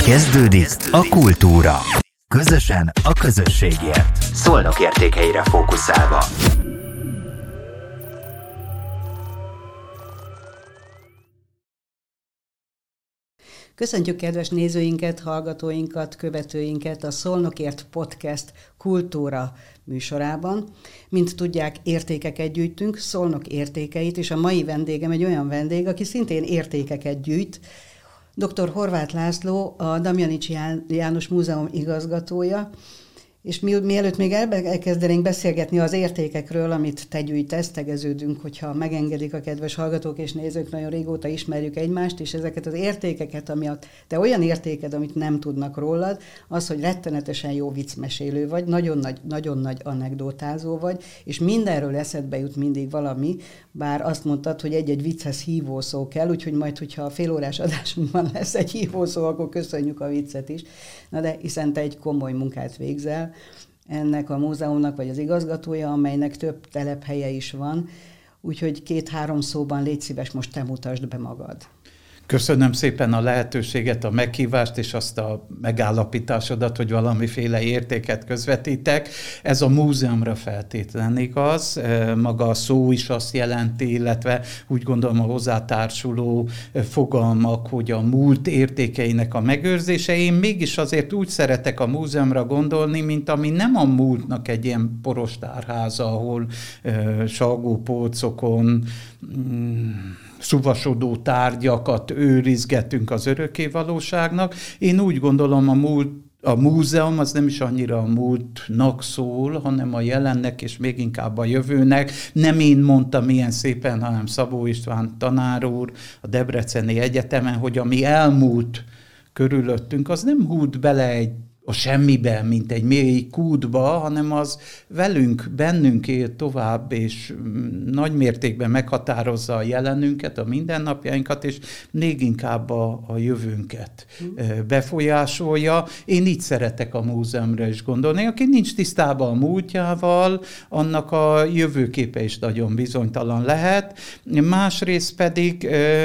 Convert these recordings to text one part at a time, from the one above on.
Kezdődik a kultúra. Közösen a közösségért. Szolnok értékeire fókuszálva. Köszöntjük kedves nézőinket, hallgatóinkat, követőinket a Szolnokért Podcast Kultúra műsorában. Mint tudják, értékeket gyűjtünk, Szolnok értékeit, és a mai vendégem egy olyan vendég, aki szintén értékeket gyűjt. Dr. Horváth László, a Damjanics János Múzeum igazgatója, és mielőtt még elkezdenénk beszélgetni az értékekről, amit te gyűjtesz, tegeződünk, hogyha megengedik a kedves hallgatók és nézők, nagyon régóta ismerjük egymást, és ezeket az értékeket, te olyan értéked, amit nem tudnak rólad, az, hogy rettenetesen jó viccmesélő vagy, nagyon nagy anekdotázó vagy, és mindenről eszedbe jut mindig valami, bár azt mondtad, hogy egy-egy vicchez hívószó kell, úgyhogy majd, hogyha a félórás adásunkban lesz egy hívószó, akkor köszönjük a viccet is. Na de hiszen te egy komoly munkát végzel ennek a múzeumnak, vagy az igazgatója, amelynek több telephelye is van, úgyhogy 2-3 szóban légy szíves, most te mutasd be magad. Köszönöm szépen a lehetőséget, a meghívást és azt a megállapításodat, hogy valamiféle értéket közvetítek. Ez a múzeumra feltétlenül igaz, maga a szó is azt jelenti, illetve úgy gondolom a hozzátársuló fogalmak, hogy a múlt értékeinek a megőrzése. Én mégis azért úgy szeretek a múzeumra gondolni, mint ami nem a múltnak egy ilyen porostárháza, ahol salgópolcokon szuvasodó tárgyakat őrizgetünk az örökké valóságnak. Én úgy gondolom, a múzeum az nem is annyira a múltnak szól, hanem a jelennek és még inkább a jövőnek. Nem én mondtam ilyen szépen, hanem Szabó István tanár úr a Debreceni Egyetemen, hogy ami elmúlt körülöttünk, az nem húlt bele a semmiben, mint egy mély kútba, hanem az bennünk él tovább, és nagy mértékben meghatározza a jelenünket, a mindennapjainkat, és még inkább a jövőnket befolyásolja. Én így szeretek a múzeumra is gondolni. Aki nincs tisztában a múltjával, annak a jövőképe is nagyon bizonytalan lehet. Másrészt pedig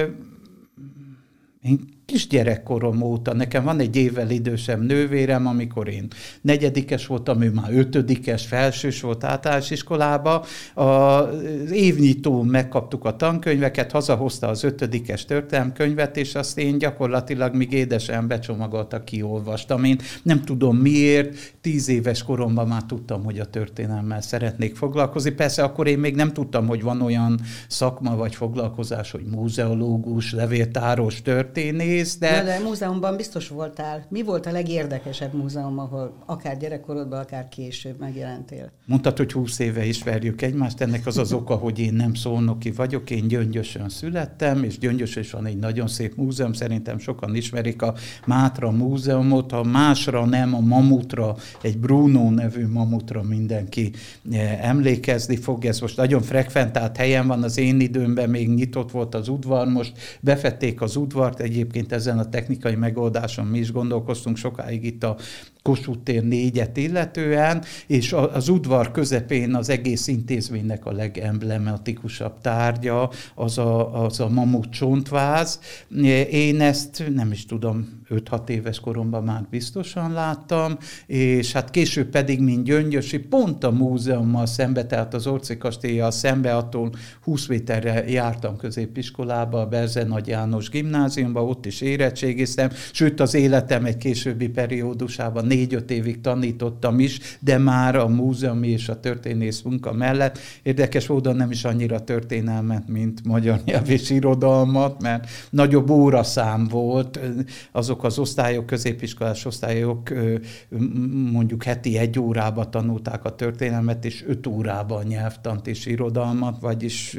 én kisgyerekkorom óta, nekem van egy évvel idősebb nővérem, amikor én 4. voltam, ő már 5. felsős volt általános iskolába. Az évnyitón megkaptuk a tankönyveket, hazahozta az 5. történelemkönyvet, és azt én gyakorlatilag még édesen becsomagolta, kiolvastam. Én nem tudom miért, 10 éves koromban már tudtam, hogy a történelemmel szeretnék foglalkozni. Persze akkor én még nem tudtam, hogy van olyan szakma vagy foglalkozás, hogy múzeológus, levéltáros, történész, de múzeumban biztos voltál. Mi volt a legérdekesebb múzeum, ahol akár gyerekkorodban, akár később megjelentél? Mondtad, hogy 20 éve ismerjük egymást. Ennek az az oka, hogy én nem szolnoki vagyok. Én Gyöngyösön születtem, és Gyöngyösön is van egy nagyon szép múzeum. Szerintem sokan ismerik a Mátra múzeumot. Ha másra nem, a mamutra, egy Bruno nevű mamutra mindenki emlékezni fog. Ez most nagyon frekventált helyen van. Az én időmben még nyitott volt az udvar. Most befették az udvart. Egyébként ezen a technikai megoldáson mi is gondolkoztunk sokáig itt a Kossuth tér 4-et illetően, és az udvar közepén az egész intézménynek a legemblematikusabb tárgya az a mamut csontváz. Én ezt nem is tudom, 5-6 éves koromban már biztosan láttam, és hát később pedig, mint gyöngyösi, pont a múzeummal szembe, tehát az Orczy kastélyjal szembe, attól 20 méterre jártam középiskolába, a Berze Nagy János gimnáziumba, ott is érettségiztem, sőt az életem egy későbbi periódusában 4-5 évig tanítottam is, de már a múzeumi és a történész munka mellett. Érdekes módon nem is annyira történelmet, mint magyar nyelv és irodalmat, mert nagyobb óraszám volt. Azok az osztályok, középiskolás osztályok mondjuk heti 1 órába tanulták a történelmet, és 5 órában a nyelvtant és irodalmat, vagyis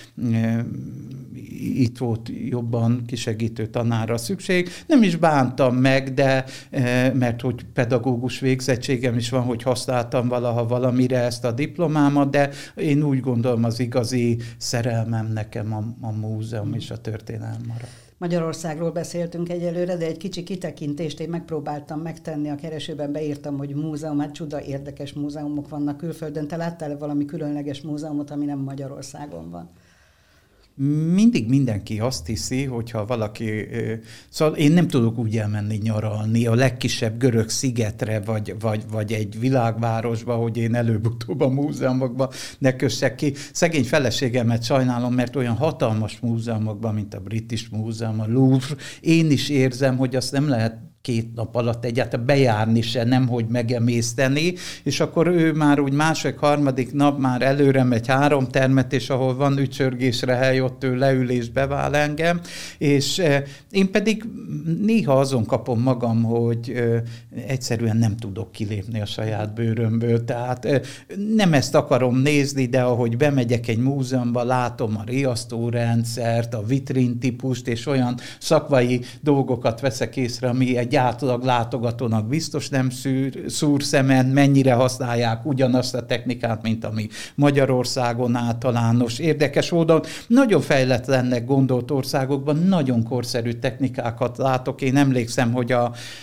itt volt jobban kisegítő tanárra szükség. Nem is bántam meg, de mert hogy pedagógus végzettségem is van, hogy használtam valaha valamire ezt a diplomámat, de én úgy gondolom, az igazi szerelmem nekem a múzeum és a történelem maradt. Magyarországról beszéltünk egyelőre, de egy kicsi kitekintést én megpróbáltam megtenni a keresőben, beírtam, hogy múzeum, hát csuda érdekes múzeumok vannak külföldön. Te láttál valami különleges múzeumot, ami nem Magyarországon van? mindig mindenki azt hiszi, hogyha valaki... Szóval én nem tudok úgy elmenni nyaralni a legkisebb görög szigetre, vagy egy világvárosba, hogy én előbb-utóbb a múzeumokba ne kössek ki. Szegény feleségemet sajnálom, mert olyan hatalmas múzeumokban, mint a British Múzeum, a Louvre, én is érzem, hogy azt nem lehet 2 nap alatt egyáltalán bejárni se, nemhogy megemészteni, és akkor ő már úgy második, harmadik nap már előre megy 3 termet, és ahol van ücsörgésre hely, ott ő leül és bevál engem, és én pedig néha azon kapom magam, hogy egyszerűen nem tudok kilépni a saját bőrömből, tehát nem ezt akarom nézni, de ahogy bemegyek egy múzeumba, látom a riasztórendszert, a vitrin típust, és olyan szakmai dolgokat veszek észre, ami egy átlag látogatónak biztos nem szúr szemen, mennyire használják ugyanazt a technikát, mint ami Magyarországon általános. Érdekes módon nagyon fejletlennek gondolt országokban nagyon korszerű technikákat látok. Én emlékszem, hogy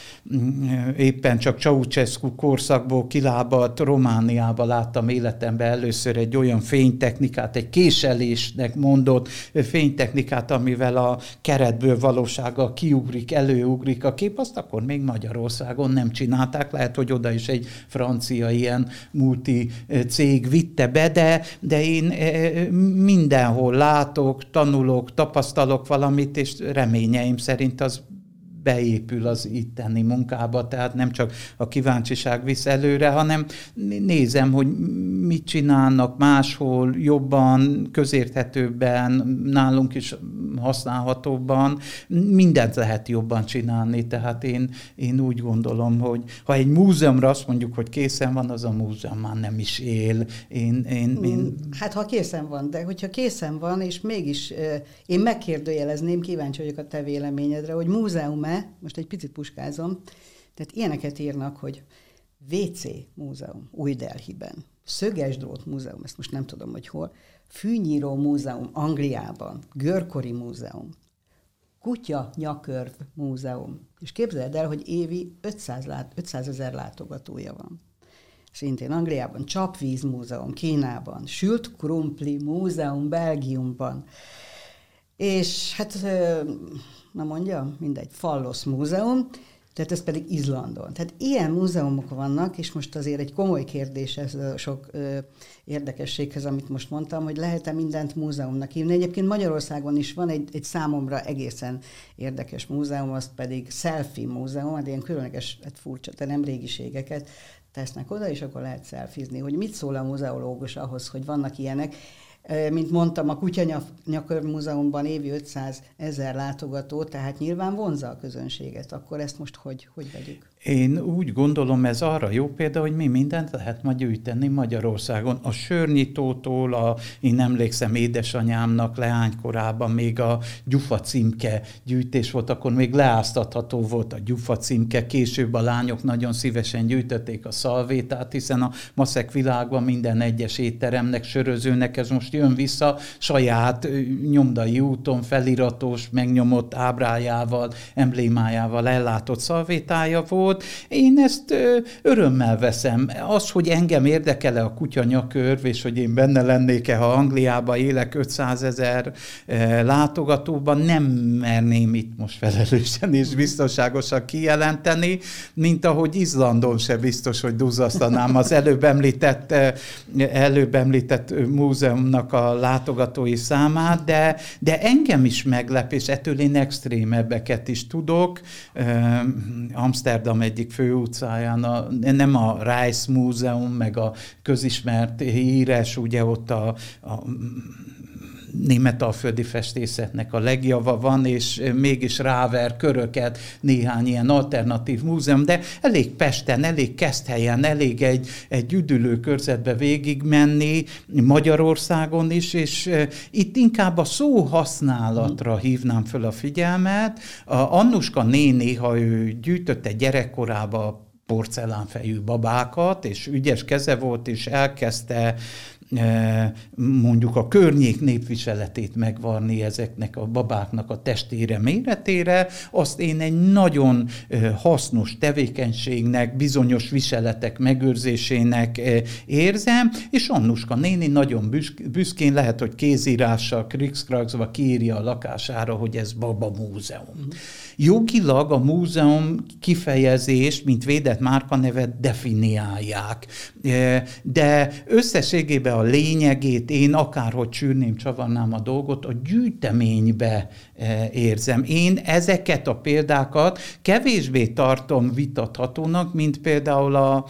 éppen csak Ceausescu korszakból kilábadt Romániába láttam életemben először egy olyan fénytechnikát, egy késelésnek mondott fénytechnikát, amivel a keretből valósággal kiugrik, előugrik a kép, azt akkor még Magyarországon nem csinálták, lehet, hogy oda is egy francia ilyen multi cég vitte be, de én mindenhol látok, tanulok, tapasztalok valamit, és reményeim szerint az beépül az itteni munkába, tehát nem csak a kíváncsiság visz előre, hanem nézem, hogy mit csinálnak máshol jobban, közérthetőbben, nálunk is használhatóbban, mindent lehet jobban csinálni, tehát én úgy gondolom, hogy ha egy múzeumra azt mondjuk, hogy készen van, az a múzeum már nem is él. Hát ha készen van, de hogyha készen van, és mégis én megkérdőjelezném, kíváncsi vagyok a te véleményedre, hogy múzeum-e, most egy picit puskázom, tehát ilyeneket írnak, hogy WC múzeum Új-Delhiben, Szögesdrót múzeum, ezt most nem tudom, hogy hol, Fűnyíró múzeum Angliában, Görkori múzeum, Kutya Nyakörv múzeum, és képzeld el, hogy évi 500 000 látogatója van. Szintén Angliában, Csapvíz múzeum Kínában, Sült krumpli múzeum Belgiumban, és hát, na mondjam, mindegy, Fallos múzeum, tehát ez pedig Izlandon. Tehát ilyen múzeumok vannak, és most azért egy komoly kérdés ez a sok érdekességhez, amit most mondtam, hogy lehet-e mindent múzeumnak hívni. Egyébként Magyarországon is van egy számomra egészen érdekes múzeum, az pedig Selfie múzeum, hát ilyen különleges, hát furcsa, de nem régiségeket tesznek oda, és akkor lehet szelfizni. Hogy mit szól a muzeológus ahhoz, hogy vannak ilyenek. Mint mondtam, a Kutya Nyakörv múzeumban évi 500 000 látogató, tehát nyilván vonzza a közönséget. Akkor ezt most hogy vegyük? Én úgy gondolom, ez arra jó példa, hogy mi mindent lehet ma gyűjteni Magyarországon. A sörnyitótól, én emlékszem édesanyámnak leánykorában még a gyufa címke gyűjtés volt, akkor még leáztatható volt a gyufa címke, később a lányok nagyon szívesen gyűjtötték a szalvétát, hiszen a maszek világban minden egyes étteremnek, sörözőnek ez most jön vissza, saját nyomdai úton feliratos, megnyomott ábrájával, emblémájával ellátott szalvétája volt. Én ezt örömmel veszem. Az, hogy engem érdekel-e a Kutya Nyakörv, és hogy én benne lennék-e, ha Angliában élek 500 000 látogatóban, nem merném itt most felelősen és biztonságosan kijelenteni, mint ahogy Izlandon se biztos, hogy duzzasztanám az előbb említett múzeumnak a látogatói számát, de engem is meglep, és ettől én extrémebbeket is tudok. Amsterdam egyik főutcáján, nem a Rice Múzeum, meg a közismert híres, ugye ott a németalföldi festészetnek a legjava van, és mégis ráver köröket néhány ilyen alternatív múzeum, de elég Pesten, elég Keszthelyen, elég egy üdülő körzetbe végigmenni, Magyarországon is, és itt inkább a szóhasználatra hívnám föl a figyelmet. Annuska néni, ha ő gyűjtötte gyerekkorába porcelánfejű babákat, és ügyes keze volt, és elkezdte mondjuk a környék népviseletét megvarni ezeknek a babáknak a testére, méretére, azt én egy nagyon hasznos tevékenységnek, bizonyos viseletek megőrzésének érzem, és Annuska néni nagyon büszkén, lehet, hogy kézírással, krikszkrakszva kiírja a lakására, hogy ez Baba Múzeum. Jogilag a múzeum kifejezést, mint védett márkanevet definiálják, de összességében a lényegét én akárhogy csűrném, csavarnám a dolgot, a gyűjteménybe érzem. Én ezeket a példákat kevésbé tartom vitathatónak, mint például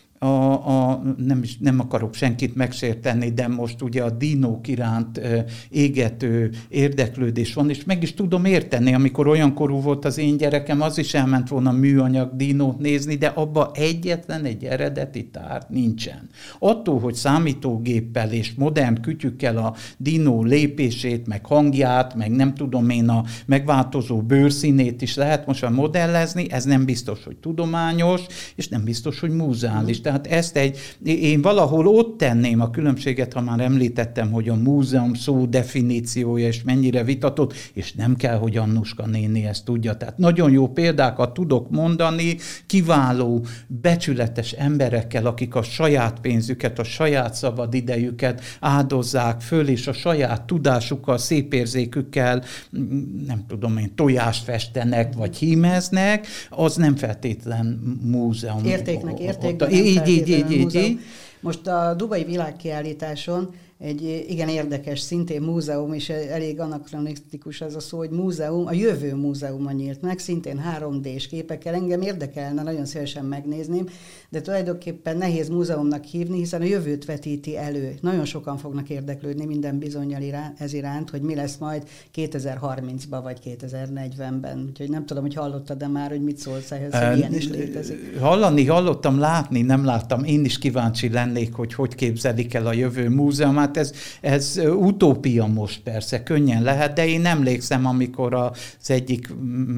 nem akarok senkit megsérteni, de most ugye a dinók iránt égető érdeklődés van, és meg is tudom érteni, amikor olyan korú volt az én gyerekem, az is elment volna műanyag dinót nézni, de abban egyetlen egy eredeti tárgy nincsen. Attól, hogy számítógéppel és modern kütyükkel a dinó lépését, meg hangját, meg nem tudom én a megváltozó bőrszínét is lehet most modellezni, ez nem biztos, hogy tudományos, és nem biztos, hogy múzeális. Tehát én valahol ott tenném a különbséget, ha már említettem, hogy a múzeum szó definíciója és mennyire vitatott, és nem kell, hogy Annuska néni ezt tudja. Tehát nagyon jó példákat tudok mondani, kiváló, becsületes emberekkel, akik a saját pénzüket, a saját szabad idejüket áldozzák föl, és a saját tudásukkal, szépérzékükkel, nem tudom én, tojást festenek, vagy hímeznek, az nem feltétlen múzeum. Értéknek érték, így. Most a Dubai világkiállításon egy igen érdekes, szintén múzeum, és elég anakronisztikus az a szó, hogy múzeum, a jövő múzeuma nyílt meg, szintén 3D-s képekkel. Engem érdekelne, nagyon szívesen megnézném, de tulajdonképpen nehéz múzeumnak hívni, hiszen a jövőt vetíti elő. Nagyon sokan fognak érdeklődni minden bizonnyal ez iránt, hogy mi lesz majd 2030-ban vagy 2040-ben. Úgyhogy nem tudom, hogy hallottad-e már, hogy mit szólsz ehhez, hogy ilyen is létezik. Hallottam, látni nem láttam. Én is kíváncsi lennék, hogy képzelik el a jövő múzeumát. Ez utópia most persze, könnyen lehet, de én emlékszem, amikor az egyik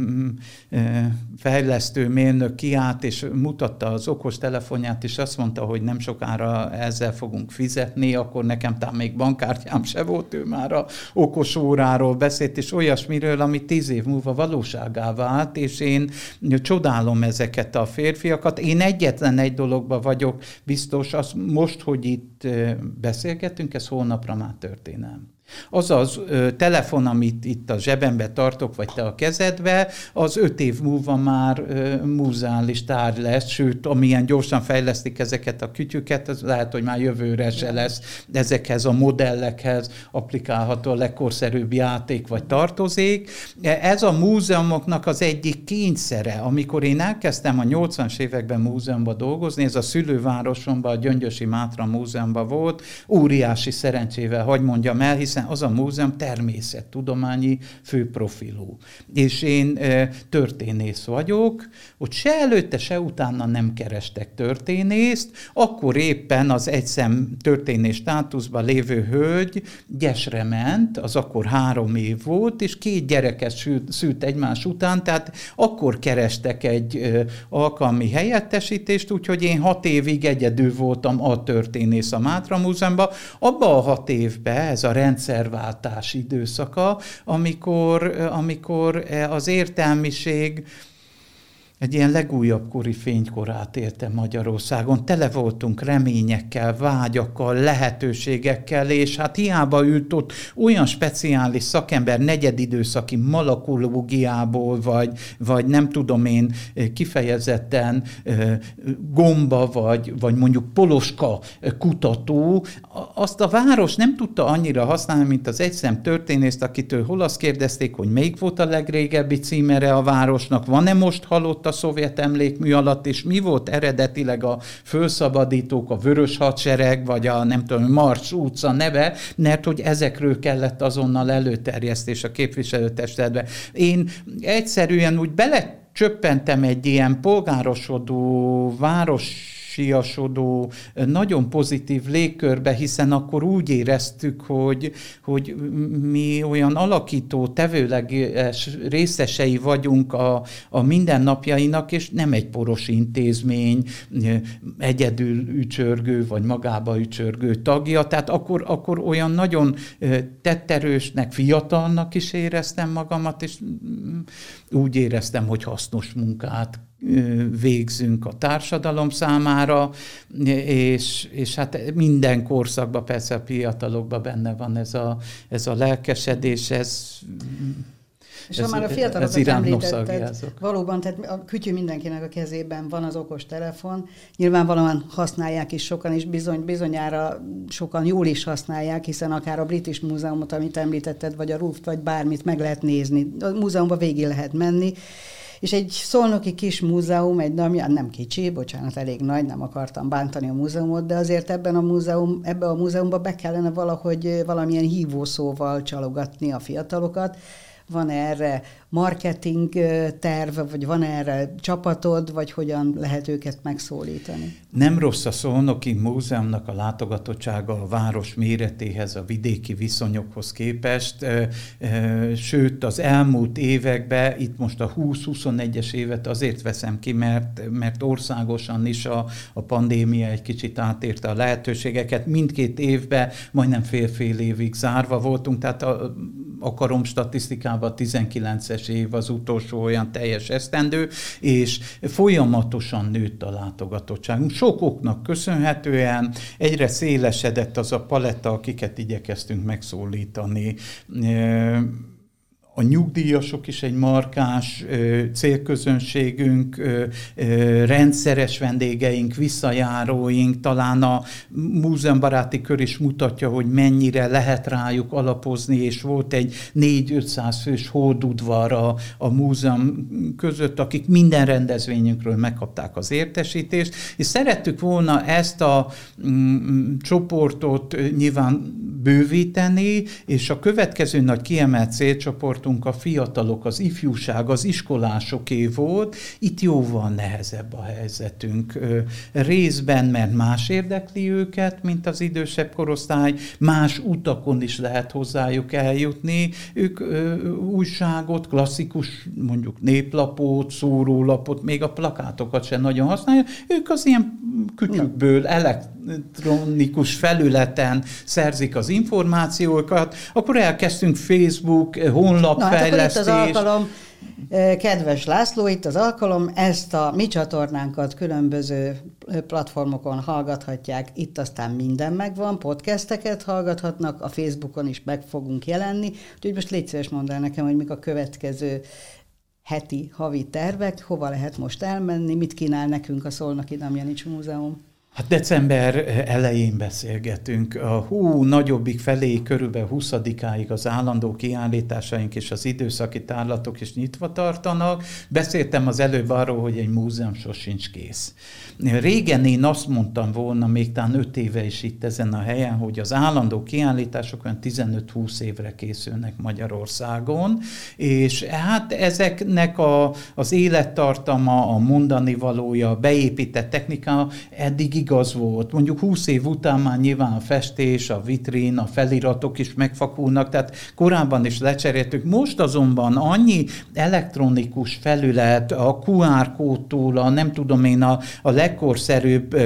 fejlesztő mérnök kiállt, és mutatta az okostelefonját, és azt mondta, hogy nem sokára ezzel fogunk fizetni, akkor nekem talán még bankkártyám se volt, ő már a okos óráról beszélt, és olyasmiről, ami 10 év múlva valóságá vált, és én csodálom ezeket a férfiakat. Én egyetlen egy dologban vagyok biztos, az most, hogy itt beszélgetünk, ez holnapra már történelem. Az az telefon, amit itt a zsebembe tartok, vagy te a kezedbe, az 5 év múlva már múzeális tárgy lesz, sőt, amilyen gyorsan fejlesztik ezeket a kütyüket, az lehet, hogy már jövőre se lesz ezekhez a modellekhez applikálható a legkorszerűbb játék vagy tartozék. Ez a múzeumoknak az egyik kényszere. Amikor én elkezdtem a 80-as években múzeumban dolgozni, ez a szülővárosomban, a Gyöngyösi Mátra Múzeumban volt, óriási szerencsével, hadd mondjam el, hiszen az a múzeum természettudományi főprofilú. És én történész vagyok, ott se előtte, se utána nem kerestek történészt, akkor éppen az egyszem történés státuszban lévő hölgy Gyesre ment, az akkor 3 év volt, és 2 gyereket szült egymás után, tehát akkor kerestek egy alkalmi helyettesítést, úgyhogy én 6 évig egyedül voltam a történész a Mátra Múzeumban. Abban a 6 évben ez a rendszerváltás időszaka, amikor az értelmiség egy ilyen legújabb kori fénykorát érte Magyarországon. Tele voltunk reményekkel, vágyakkal, lehetőségekkel, és hát hiába ült ott olyan speciális szakember negyedidőszaki malakológiából, vagy nem tudom én, kifejezetten gomba, vagy mondjuk poloska kutató, azt a város nem tudta annyira használni, mint az egyszem történészt, akitől hol azt kérdezték, hogy melyik volt a legrégebbi címere a városnak, van-e most halott a szovjet emlékmű alatt, és mi volt eredetileg a fölszabadítók, a Vörös Hadsereg, vagy a nem tudom, Marcs utca neve, mert hogy ezekről kellett azonnal előterjesztés a képviselőtestületbe. Én egyszerűen úgy belecsöppentem egy ilyen polgárosodó város siasodó, nagyon pozitív légkörbe, hiszen akkor úgy éreztük, hogy mi olyan alakító, tevőleges részesei vagyunk a mindennapjainak, és nem egy poros intézmény, egyedül ücsörgő, vagy magába ücsörgő tagja. Tehát akkor olyan nagyon tetterősnek, fiatalnak is éreztem magamat, és úgy éreztem, hogy hasznos munkát végzünk a társadalom számára, és hát minden korszakban, persze a fiatalokban benne van ez a lelkesedés, és ha már a fiatalokat említetted, valóban, tehát a kütyű mindenkinek a kezében van az okos telefon, nyilvánvalóan használják is sokan, és bizonyára sokan jól is használják, hiszen akár a British Múzeumot, amit említetted, vagy a Louvre-t, vagy bármit meg lehet nézni. A múzeumba végig lehet menni, és egy szolnoki kis múzeum, nem kicsi, bocsánat, elég nagy, nem akartam bántani a múzeumot, de azért ebbe a múzeumba be kellene valahogy valamilyen hívószóval csalogatni a fiatalokat. Van erre marketing terv, vagy van erre csapatod, vagy hogyan lehet őket megszólítani? Nem rossz a Szolnoki Múzeumnak a látogatottsága a város méretéhez, a vidéki viszonyokhoz képest, sőt az elmúlt években, itt most a 20-21-es évet azért veszem ki, mert országosan is a pandémia egy kicsit átérte a lehetőségeket. Mindkét évben majdnem fél évig zárva voltunk, tehát a karom statisztikában 19-es év az utolsó olyan teljes esztendő, és folyamatosan nőtt a látogatottságunk. Sok oknak köszönhetően egyre szélesedett az a paletta, akiket igyekeztünk megszólítani. A nyugdíjasok is egy markáns célközönségünk, rendszeres vendégeink, visszajáróink, talán a múzeumbaráti kör is mutatja, hogy mennyire lehet rájuk alapozni, és volt egy 400-500 fős hódudvar a múzeum között, akik minden rendezvényünkről megkapták az értesítést, és szerettük volna ezt a csoportot nyilván bővíteni, és a következő nagy kiemelt célcsoport a fiatalok, az ifjúság, az iskolásoké volt, itt jóval nehezebb a helyzetünk. Részben, mert más érdekli őket, mint az idősebb korosztály, más utakon is lehet hozzájuk eljutni. Ők újságot, klasszikus, mondjuk néplapot, szórólapot, még a plakátokat sem nagyon használják. Ők az ilyen kütyükből, elektronikus felületen szerzik az információkat, akkor elkezdtünk Facebook, honlapfejlesztés. Hát akkor itt az alkalom, kedves László, itt az alkalom, ezt a mi csatornánkat különböző platformokon hallgathatják, itt aztán minden megvan, podcasteket hallgathatnak, a Facebookon is meg fogunk jelenni, úgyhogy most légy szíves, mondd el nekem, hogy mik a következő heti, havi tervek, hova lehet most elmenni, mit kínál nekünk a Szolnoki Damjanics Múzeum? Hát december elején beszélgetünk. A nagyobbik felé, körülbelül 20-áig az állandó kiállításaink és az időszaki tárlatok is nyitva tartanak. Beszéltem az előbb arról, hogy egy múzeum sosincs kész. Régen én azt mondtam volna, még talán 5 éve is itt ezen a helyen, hogy az állandó kiállítások olyan 15-20 évre készülnek Magyarországon, és hát ezeknek az élettartama, a mondani valója, beépített technika eddig igaz volt. Mondjuk 20 év után már nyilván a festés, a vitrín, a feliratok is megfakulnak, tehát korábban is lecseréltük. Most azonban annyi elektronikus felület, a QR kódtól, nem tudom én, a legkorszerűbb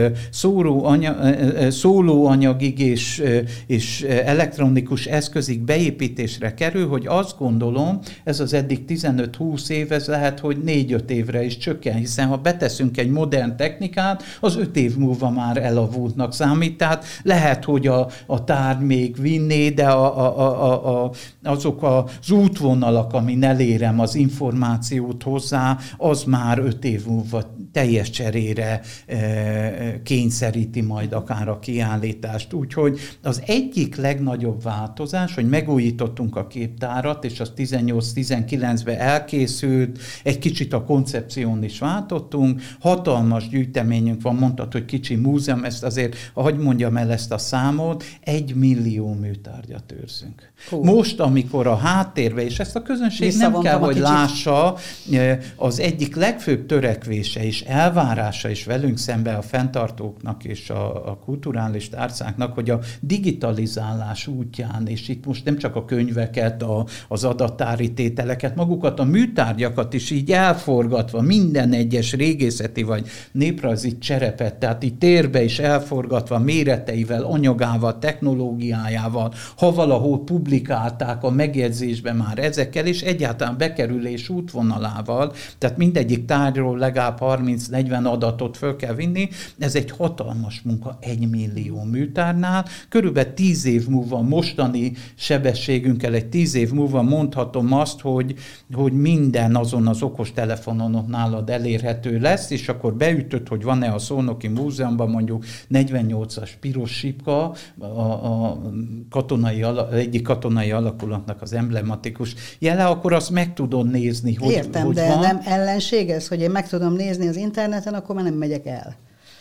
szólóanyagig és elektronikus eszközig beépítésre kerül, hogy azt gondolom, ez az eddig 15-20 év, ez lehet, hogy 4-5 évre is csökken, hiszen ha beteszünk egy modern technikát, az 5 év múlva már elavultnak számít, tehát lehet, hogy a tárgy még vinné, de azok az útvonalak, amin elérem az információt hozzá, az már 5 év múlva teljes cserére kényszeríti majd akár a kiállítást. Úgyhogy az egyik legnagyobb változás, hogy megújítottunk a képtárat, és az 18-19-ben elkészült, egy kicsit a koncepción is váltottunk, hatalmas gyűjteményünk van, mondtad, hogy kicsi múzeum, ezt azért, ahogy mondjam el ezt a számot, 1 millió műtárgyat őrzünk. Most, amikor a háttérbe, és ezt a közönség nem kell, hogy lássa, az egyik legfőbb törekvése is és elvárása is velünk szemben a fenntartóknak és a kulturális tárcáknak, hogy a digitalizálás útján, és itt most nem csak a könyveket, az adattári tételeket, magukat a műtárgyakat is így elforgatva, minden egyes régészeti vagy néprajzi cserepet, tehát így térbe is elforgatva, méreteivel, anyagával, technológiájával, ha valahol publikálták a megjegyzésben már ezekkel, és egyáltalán bekerülés útvonalával, tehát mindegyik tárgyról legalább 30-40 adatot föl kell vinni, ez egy hatalmas munka 1 millió műtárnál, körülbelül 10 év múlva, mostani sebességünkkel egy 10 év múlva mondhatom azt, hogy minden azon az okostelefonon nálad elérhető lesz, és akkor beütött, hogy van-e a Szolnoki Múzeumban mondjuk 48-as piros sipka, a egyik katonai alakulatnak az emblematikus jele, akkor azt meg tudod nézni, hogy értem, hogy de van. nem ellenség ez, hogy én meg tudom nézni az interneten, akkor már nem megyek el.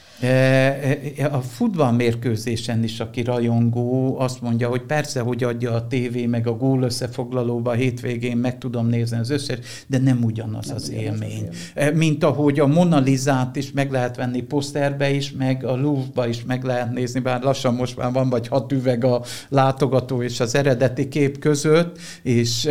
A futballmérkőzésen is, aki rajongó, azt mondja, hogy persze, hogy adja a tévé, meg a gól összefoglalóba a hétvégén meg tudom nézni az összes, de nem ugyanaz az élmény. Mint ahogy a Mona Lisát is meg lehet venni poszterbe is, meg a Louvre-ba is meg lehet nézni, bár lassan most már van vagy 6 üveg a látogató és az eredeti kép között, és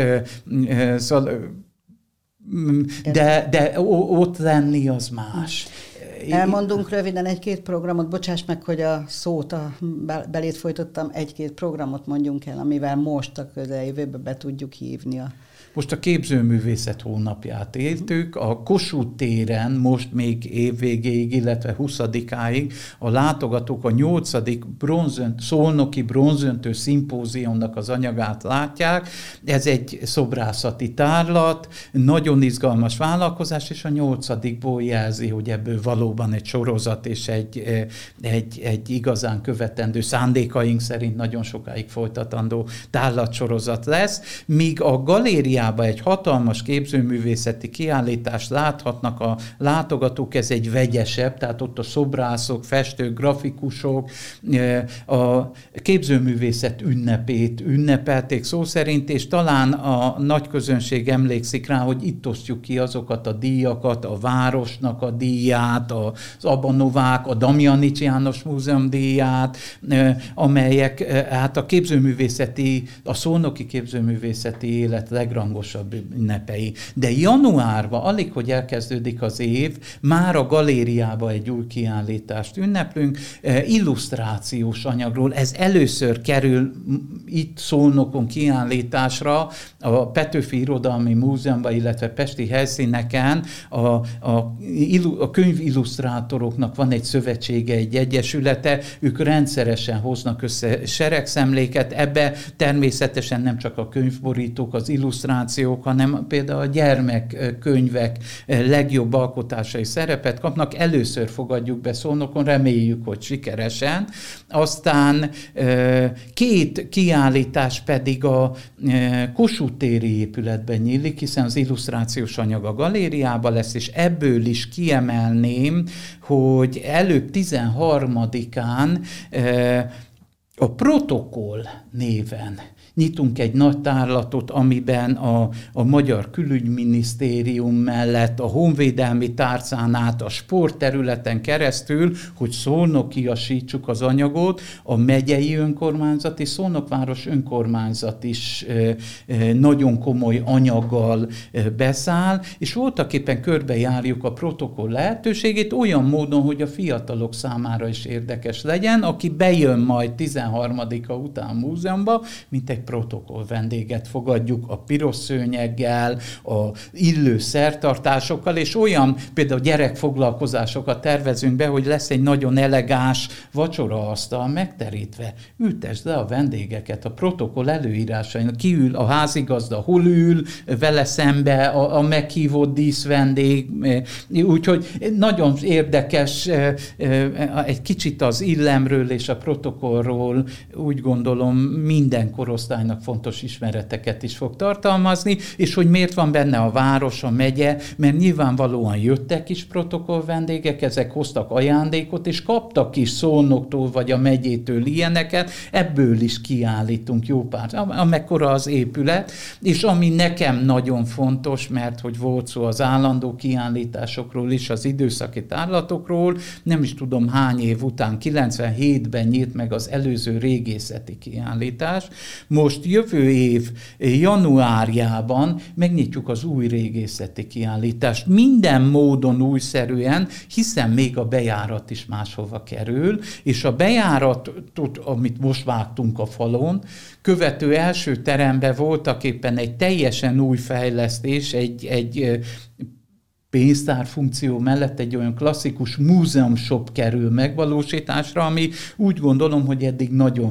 de ott lenni az más. Elmondunk röviden 1-2 programot, bocsáss meg, hogy a szót belét folytottam, 1-2 programot mondjunk el, amivel most a közeljövőbe be tudjuk hívni Most a képzőművészet hónapját éltük, a Kossuth téren most még évvégéig, illetve 20-áig a látogatók a 8. Szolnoki bronzöntő szimpóziumnak az anyagát látják. Ez egy szobrászati tárlat, nagyon izgalmas vállalkozás, és a 8-ból jelzi, hogy ebből valóban egy sorozat és egy igazán követendő, szándékaink szerint nagyon sokáig folytatandó tárlatsorozat lesz, míg a galériában egy hatalmas képzőművészeti kiállítást láthatnak a látogatók, ez egy vegyesebb, tehát ott a szobrászok, festők, grafikusok a képzőművészet ünnepét ünnepelték szó szerint, és talán a nagy közönség emlékszik rá, hogy itt osztjuk ki azokat a díjakat, a városnak a díját, az Abanovák, a Damjanics János Múzeum díját, amelyek hát a szolnoki képzőművészeti élet legrangosabb ünnepei. De januárban, alig, hogy elkezdődik az év, már a galériába egy új kiállítást ünneplünk, illusztrációs anyagról. Ez először kerül itt Szolnokon kiállításra, a Petőfi Irodalmi Múzeumban, illetve pesti helyszíneken a könyvillusztrátoroknak van egy szövetsége, egy egyesülete, ők rendszeresen hoznak össze seregszemléket, ebbe természetesen nem csak a könyvborítók, az illusztrációk, hanem például a gyermekkönyvek legjobb alkotásai szerepet kapnak. Először fogadjuk be Szolnokon, reméljük, hogy sikeresen. Aztán 2 kiállítás pedig a Kossuth téri épületben nyílik, hiszen az illusztrációs anyag a galériában lesz, és ebből is kiemelném, hogy előbb 13-án a Protokoll néven nyitunk egy nagy tárlatot, amiben a Magyar Külügyminisztérium mellett, a Honvédelmi tárcán át, a sportterületen keresztül, hogy szolnokiasítsuk az anyagot, a megyei önkormányzat és Szolnokváros önkormányzat is nagyon komoly anyaggal beszáll, és voltaképpen körbejárjuk a protokoll lehetőségét olyan módon, hogy a fiatalok számára is érdekes legyen, aki bejön majd 13-a után múzeumba, mint egy protokoll vendéget fogadjuk a piros szőnyeggel, a illő szertartásokkal, és olyan például gyerekfoglalkozásokat tervezünk be, hogy lesz egy nagyon elegáns vacsoraasztal megterítve. Ültesd le a vendégeket a protokoll előírásain. Ki ül a házigazda, hol ül vele szembe a meghívott díszvendég. Úgyhogy nagyon érdekes egy kicsit az illemről és a protokollról, úgy gondolom minden korosztály korosztálynak fontos ismereteket is fog tartalmazni, és hogy miért van benne a város, a megye, mert nyilvánvalóan jöttek is protokoll vendégek, ezek hoztak ajándékot, és kaptak is Szolnoktól vagy a megyétől ilyeneket, ebből is kiállítunk jó pár, amekkora az épület, és ami nekem nagyon fontos, mert hogy volt szó az állandó kiállításokról is, az időszaki tárlatokról, nem is tudom hány év után, 97-ben nyílt meg az előző régészeti kiállítás. Most jövő év januárjában megnyitjuk az új régészeti kiállítást. Minden módon újszerűen, hiszen még a bejárat is máshova kerül, és a bejáratot, amit most vágtunk a falon, követő első teremben voltak éppen egy teljesen új fejlesztés, egy pénztár funkció mellett egy olyan klasszikus múzeumshop kerül megvalósításra, ami úgy gondolom, hogy eddig nagyon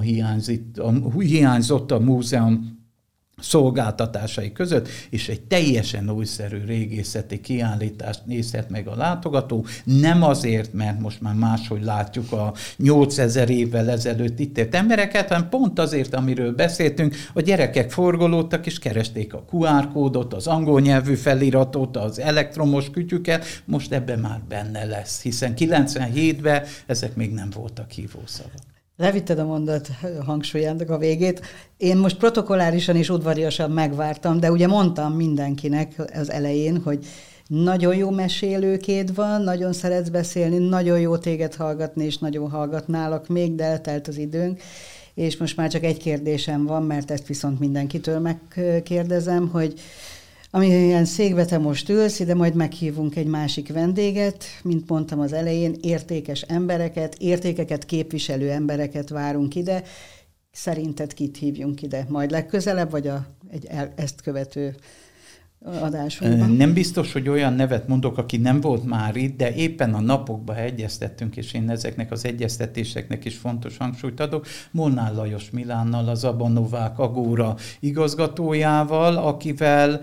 hiányzott a múzeum szolgáltatásai között, és egy teljesen újszerű régészeti kiállítást nézhet meg a látogató. Nem azért, mert most már máshogy látjuk a 8000 évvel ezelőtt itt ért embereket, hanem pont azért, amiről beszéltünk, a gyerekek forgolódtak, és keresték a QR kódot, az angol nyelvű feliratot, az elektromos kütyüket, most ebben már benne lesz, hiszen 97-ben ezek még nem voltak hívószavak. Levitted a mondat hangsúlyának a végét. Én most protokollárisan és udvariasan megvártam, de ugye mondtam mindenkinek az elején, hogy nagyon jó mesélőkéd van, nagyon szeretsz beszélni, nagyon jó téged hallgatni, és nagyon hallgatnálak még, de eltelt az időnk. És most már csak egy kérdésem van, mert ezt viszont mindenkitől megkérdezem, hogy amilyen székbe te most ülsz, ide majd meghívunk egy másik vendéget, mint mondtam az elején, értékes embereket, értékeket képviselő embereket várunk ide. Szerinted kit hívjunk ide? Majd legközelebb, vagy ezt követő adásunkban? Nem biztos, hogy olyan nevet mondok, aki nem volt már itt, de éppen a napokban egyeztettünk, és én ezeknek az egyeztetéseknek is fontos hangsúlyt adok. Molnár Lajos Milánnal, az Abanovák Agóra igazgatójával, akivel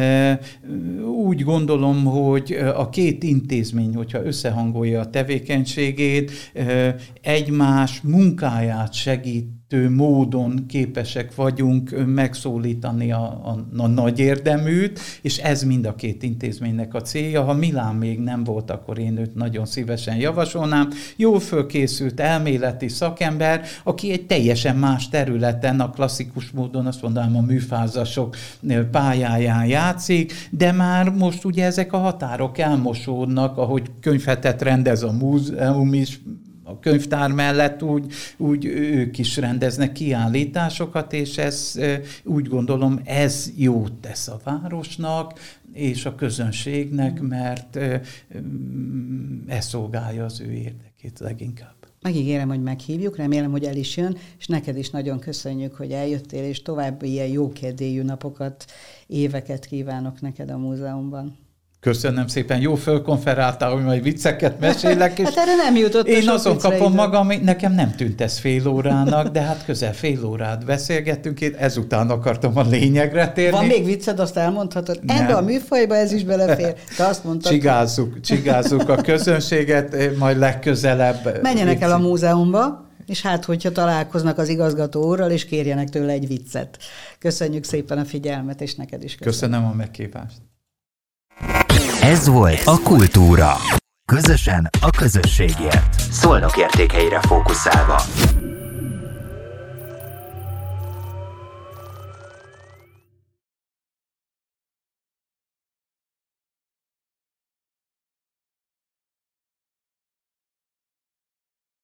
úgy gondolom, hogy a két intézmény, hogyha összehangolja a tevékenységét, egymás munkáját segít, módon képesek vagyunk megszólítani a nagy érdeműt, és ez mind a két intézménynek a célja. Ha Milán még nem volt, akkor én őt nagyon szívesen javasolnám. Jól fölkészült elméleti szakember, aki egy teljesen más területen, a klasszikus módon, azt mondanám, a műfázasok pályáján játszik, de már most ugye ezek a határok elmosódnak, ahogy könyvhetet rendez a múzeum is, a könyvtár mellett úgy ők is rendeznek kiállításokat, és ez úgy gondolom, ez jót tesz a városnak és a közönségnek, mert ez szolgálja az ő érdekét leginkább. Megígérem, hogy meghívjuk, remélem, hogy el is jön, és neked is nagyon köszönjük, hogy eljöttél, és további ilyen jókedélyű napokat, éveket kívánok neked a múzeumban. Köszönöm szépen, jó fölkonferáltál, hogy majd vicceket mesélek, és hát erre nem jutott. én azon kapom magam, nekem nem tűnt ez fél órának, de hát közel fél órát beszélgettünk, én ezután akartam a lényegre térni. Van még vicced, azt elmondhatod? Ebbe a műfajba ez is belefér. Te azt mondtad. Csigázzuk a közönséget, majd legközelebb. Menjenek el a múzeumba, és hát, hogyha találkoznak az igazgató úrral, és kérjenek tőle egy viccet. Köszönjük szépen a figyelmet, és neked is köszönöm a meghívást. Ez volt a Kultúra. Közösen a közösségért. Szolnok értékeire fókuszálva.